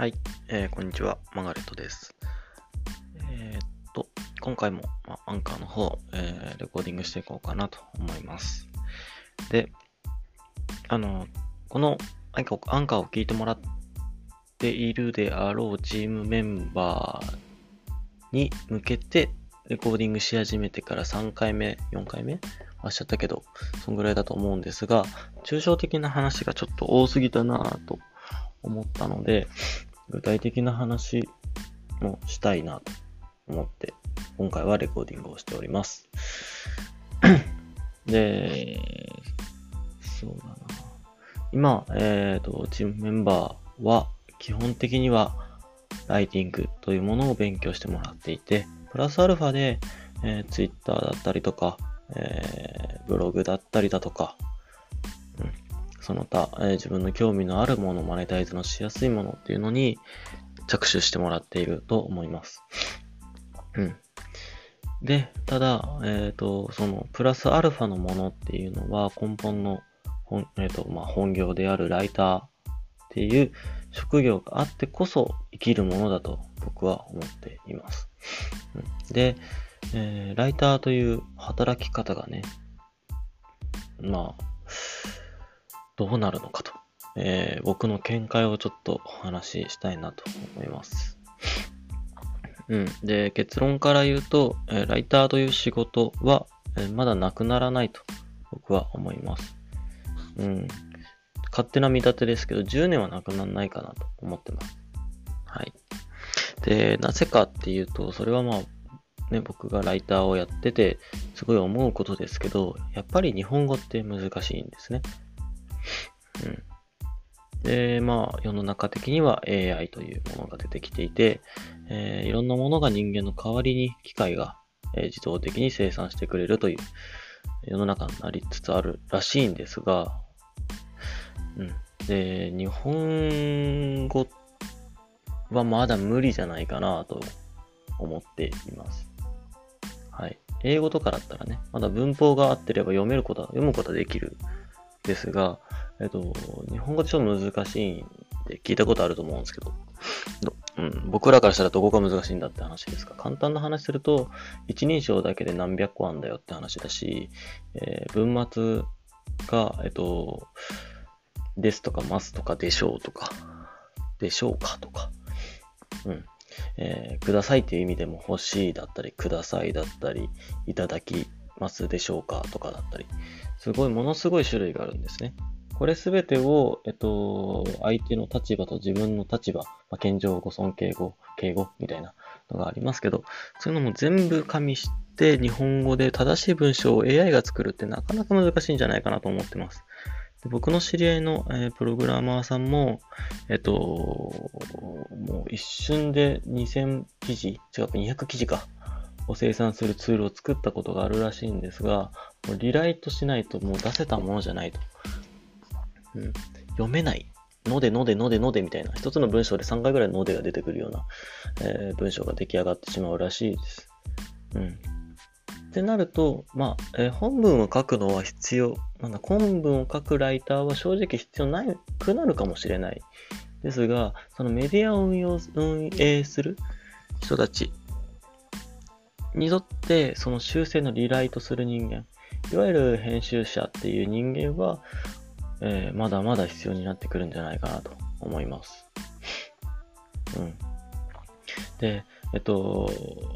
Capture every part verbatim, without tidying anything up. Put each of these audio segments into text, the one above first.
はい、えーこんにちは、マガレットです。えーっと、今回も、まあ、アンカーの方、えーレコーディングしていこうかなと思います。で、あの、このアンカーをアンカーを聞いてもらっているであろうチームメンバーに向けて、レコーディングし始めてからさんかいめ、よんかいめはしちゃったけど、そんぐらいだと思うんですが、抽象的な話がちょっと多すぎたなぁと思ったので、具体的な話もしたいなと思って、今回はレコーディングをしております。で、そうだな。今、えっと、チームメンバーは基本的にはライティングというものを勉強してもらっていて、プラスアルファで、えー、Twitter だったりとか、えー、ブログだったりだとか、うん、その他、えー、自分の興味のあるもの、マネタイズのしやすいものっていうのに着手してもらっていると思います。うん。で、ただ、えっと、その、プラスアルファのものっていうのは、根本の本、えっと、まあ、本業であるライターっていう職業があってこそ生きるものだと僕は思っています。うん、で、えー、ライターという働き方がね、まあ、どうなるのかと、えー、僕の見解をちょっとお話ししたいなと思います。うん。で、結論から言うと、えーライターという仕事は、えーまだなくならないと僕は思います。うん。勝手な見立てですけど、じゅうねんはなくならないかなと思ってます。はい。で、なぜかっていうと、それはまあ、ね、僕がライターをやってて、すごい思うことですけど、やっぱり日本語って難しいんですね。うん。で、まあ、世の中的には エーアイ というものが出てきていて、えーいろんなものが人間の代わりに機械が、えー自動的に生産してくれるという世の中になりつつあるらしいんですが、うん。で、日本語はまだ無理じゃないかなと思っています。はい。英語とかだったらね、まだ文法が合ってれば読めることは、読むことはできるですが、えっと、日本語ってちょっと難しいんで聞いたことあると思うんですけど、どうん、僕らからしたらどこが難しいんだって話ですが、簡単な話すると、一人称だけで何百個あんだよって話だし、えー文末が、えっと、ですとかますとかでしょうとか、でしょうかとか、うん。えーくださいっていう意味でも欲しいだったり、くださいだったり、いただきますでしょうかとかだったり、すごい、ものすごい種類があるんですね。これすべてを、えっと、相手の立場と自分の立場、まあ、謙譲語、尊敬語、敬語みたいなのがありますけど、そういうのも全部加味して日本語で正しい文章を エーアイ が作るってなかなか難しいんじゃないかなと思ってます。で僕の知り合いの、えープログラマーさんも、えっと、もう一瞬でにせん記事、違う、にひゃく記事か、を生産するツールを作ったことがあるらしいんですが、もうリライトしないともう出せたものじゃないと。うん、読めない。のでのでのでのでみたいな、一つの文章でさんかいぐらいのでが出てくるような、えー文章が出来上がってしまうらしいです。うん。ってなると、まあ、えー本文を書くのは必要。なんだ、本文を書くライターは正直必要なくなるかもしれない。ですが、そのメディアを運用運営する人たちにとって、その修正のリライトする人間、いわゆる編集者っていう人間は、えーまだまだ必要になってくるんじゃないかなと思います。うん。で、えっと、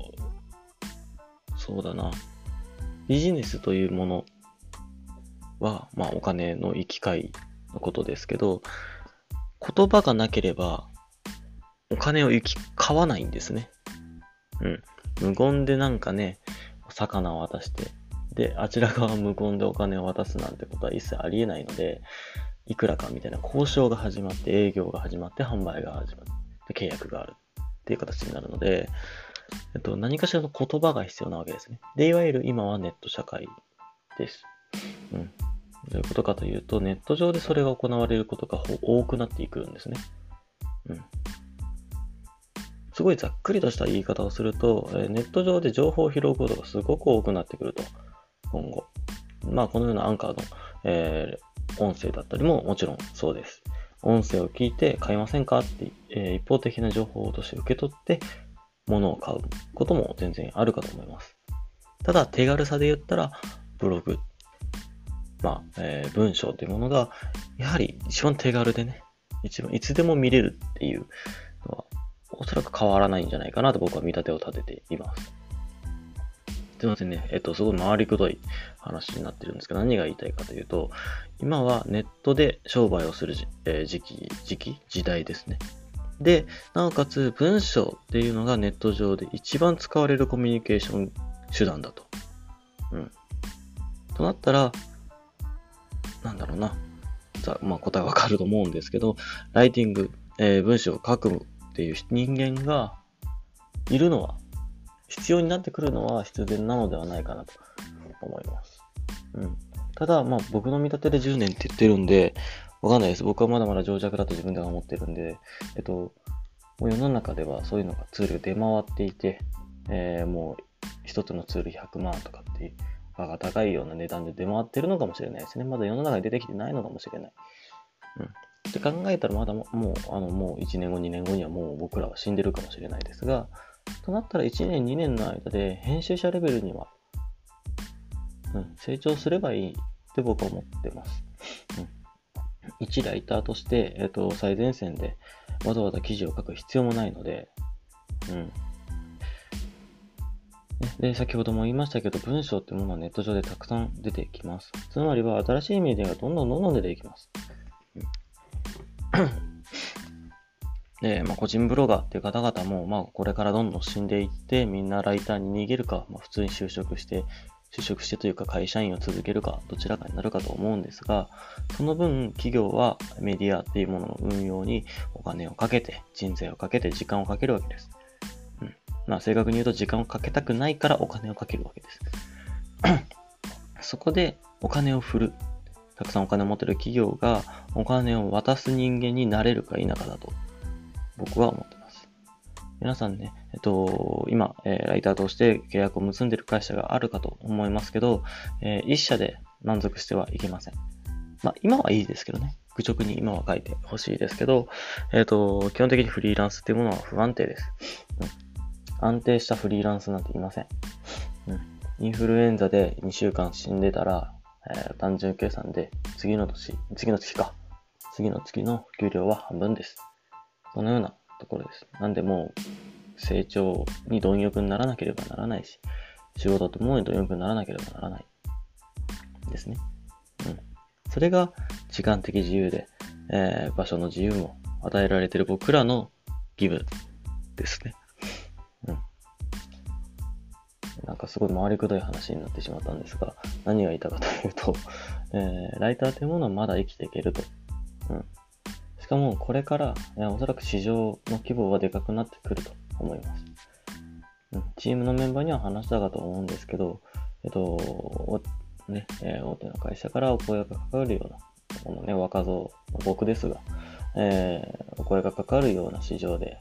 そうだな。ビジネスというものは、まあお金の行き交いのことですけど、言葉がなければお金を行き交わないんですね。うん。無言でなんかね、お魚を渡して、で、あちら側は無言でお金を渡すなんてことは一切ありえないので、いくらかみたいな交渉が始まって、営業が始まって、販売が始まって、契約があるっていう形になるので、えっと、何かしらの言葉が必要なわけですね。で、いわゆる今はネット社会です。うん。どういうことかというと、ネット上でそれが行われることが多くなっていくんですね。うん。すごいざっくりとした言い方をすると、ネット上で情報を拾うことがすごく多くなってくると。今後。まあ、このようなアンカーの、えー音声だったりももちろんそうです。 音声を聞いて買いませんかって、えー、一方的な情報として受け取って物を買うことも全然あるかと思います。ただ手軽さで言ったらブログ、まあ、えー、文章というものがやはり一番手軽でね、一番いつでも見れるっていうのはおそらく変わらないんじゃないかなと僕は見立てを立てています。すいませんね。えっと、すごい回りくどい話になってるんですけど、何が言いたいかというと、今はネットで商売をするじ、えー時期、時期、時代ですね。で、なおかつ文章っていうのがネット上で一番使われるコミュニケーション手段だと。うん。となったら、なんだろうな。さまあ、答えわかると思うんですけど、ライティング、えー文章を書くっていう人間がいるのは、必要になってくるのは必然なのではないかなと思います。うん。ただ、まあ僕の見立てでじゅうねんって言ってるんで、わかんないです。僕はまだまだ情弱だと自分では思ってるんで、えっと、もう世の中ではそういうのがツールが出回っていて、えー、もう一つのツールひゃくまんとかっていう、価が高いような値段で出回ってるのかもしれないですね。まだ世の中に出てきてないのかもしれない。うん。って考えたらまだもう、あの、もういちねんご、にねんごにはもう僕らは死んでるかもしれないですが、となったらいちねん、にねんの間で編集者レベルには、うん、成長すればいいって僕は思ってます。うん、一ライターとして、えっと、最前線でわざわざ記事を書く必要もないので、うん。で、先ほども言いましたけど、文章ってものはネット上でたくさん出てきます。つまりは新しいメディアがどんどんどんどん出てきます。うんで、まあ、個人ブロガーっていう方々も、まあ、これからどんどん死んでいって、みんなライターに逃げるか、まあ、普通に就職して、就職してというか会社員を続けるか、どちらかになるかと思うんですが、その分、企業はメディアっていうものの運用にお金をかけて、人材をかけて、時間をかけるわけです。うん。まあ、正確に言うと、時間をかけたくないからお金をかけるわけです。そこで、お金を振る。たくさんお金を持っている企業が、お金を渡す人間になれるか否かだと。僕は思ってます。皆さんね、えっと、今、えー、ライターとして契約を結んでいる会社があるかと思いますけど、えー、一社で満足してはいけません。まあ、今はいいですけどね。愚直に今は書いてほしいですけど、えっと、基本的にフリーランスっていうものは不安定です。うん、安定したフリーランスなんていません。うん、インフルエンザでにしゅうかん死んでたら、えー、単純計算で次の年、次の月か。次の月の給料は半分です。そのようなところです。なんでもう成長に貪欲にならなければならないし、仕事ともに貪欲にならなければならないですね。うん。それが時間的自由で、えー、場所の自由も与えられている僕らの義務ですね。うん。なんかすごい回りくどい話になってしまったんですが、何が言いたかというと、えー、ライターというものはまだ生きていけると。うん。しかもこれからおそらく市場の規模はでかくなってくると思います。うん、チームのメンバーには話したかと思うんですけど、えっと、ね、えー、大手の会社からお声がかかるような、このね、若造、僕ですが、えー、お声がかかるような市場で、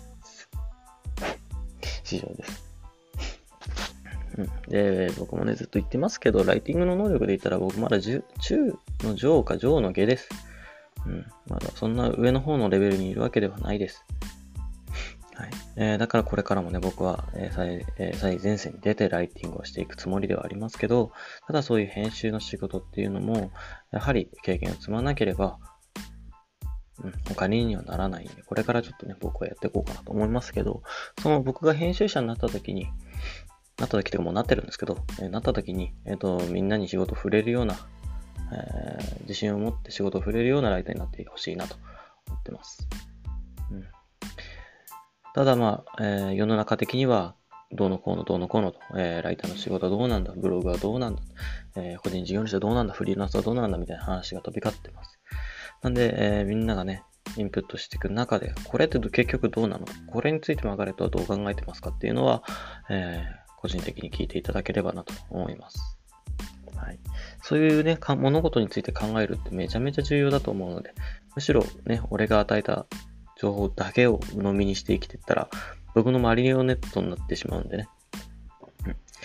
市場です。うん、で、僕もね、ずっと言ってますけど、ライティングの能力で言ったら僕まだ中の上か上の下です。うん、まだそんな上の方のレベルにいるわけではないです。はい。えー、だからこれからもね、僕は、えー最えー、最前線に出てライティングをしていくつもりではありますけど、ただそういう編集の仕事っていうのも、やはり経験を積まなければ、うん、お金にはならないんで、これからちょっとね、僕はやっていこうかなと思いますけど、その僕が編集者になった時に、なった時というかもうなってるんですけど、えー、なった時に、えっと、みんなに仕事を触れるような、えー、自信を持って仕事を触れるようなライターになってほしいなと思ってます。うん、ただまあ、えー、世の中的には、どうのこうのどうのこうのと、えー、ライターの仕事はどうなんだ、ブログはどうなんだ、えー、個人事業主はどうなんだ、フリーランスはどうなんだみたいな話が飛び交ってます。なんで、えー、みんながね、インプットしていく中で、これって結局どうなの？これについてマーガレットはどう考えてますかっていうのは、えー、個人的に聞いていただければなと思います。はい。そういうね、物事について考えるってめちゃめちゃ重要だと思うので、むしろね、俺が与えた情報だけを鵜呑みにして生きていったら、僕のマリオネットになってしまうんでね。うん、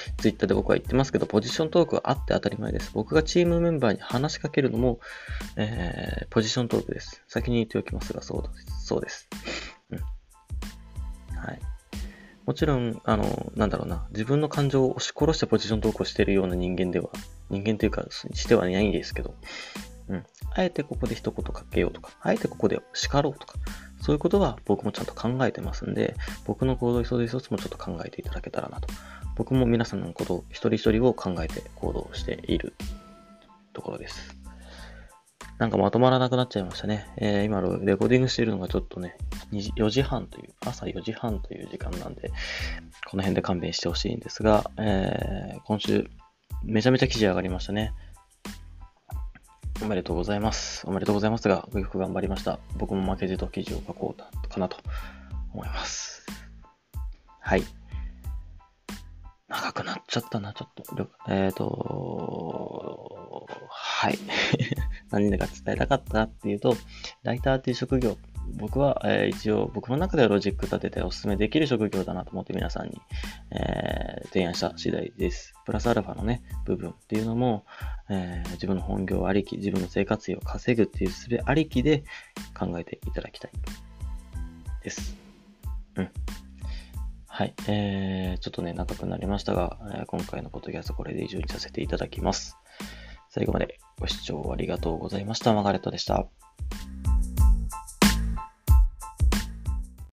ツイッターで僕は言ってますけど、ポジショントークはあって当たり前です。僕がチームメンバーに話しかけるのも、えー、ポジショントークです。先に言っておきますが、そうです。そうです。うん。はい。もちろん、あの、なんだろうな、自分の感情を押し殺してポジショントークをしているような人間では、人間というか、してはないんですけど、うん。あえてここで一言かけようとか、あえてここで叱ろうとか、そういうことは僕もちゃんと考えてますんで、僕の行動一つ一つもちょっと考えていただけたらなと。僕も皆さんのこと、一人一人を考えて行動しているところです。なんかまとまらなくなっちゃいましたね。えー、今、レコーディングしているのがちょっとね、よじはんという、朝よじはんという時間なんで、この辺で勘弁してほしいんですが、えー、今週、めちゃめちゃ記事上がりましたね。おめでとうございます。おめでとうございますが、よく頑張りました。僕も負けじと記事を書こうかなと思います。はい。長くなっちゃったな、ちょっと。えっ、ー、と、はい。何が伝えたかったっていうと、ライターっていう職業、僕は、えー、一応僕の中ではロジック立ててお勧めできる職業だなと思って皆さんに、えー、提案した次第です。プラスアルファのね、部分っていうのも、えー、自分の本業ありき、自分の生活費を稼ぐっていう術ありきで考えていただきたいです。うん。はい。えー、ちょっとね、長くなりましたが、えー、今回のポッドキャストこれで以上にさせていただきます。最後までご視聴ありがとうございました。マーガレットでした。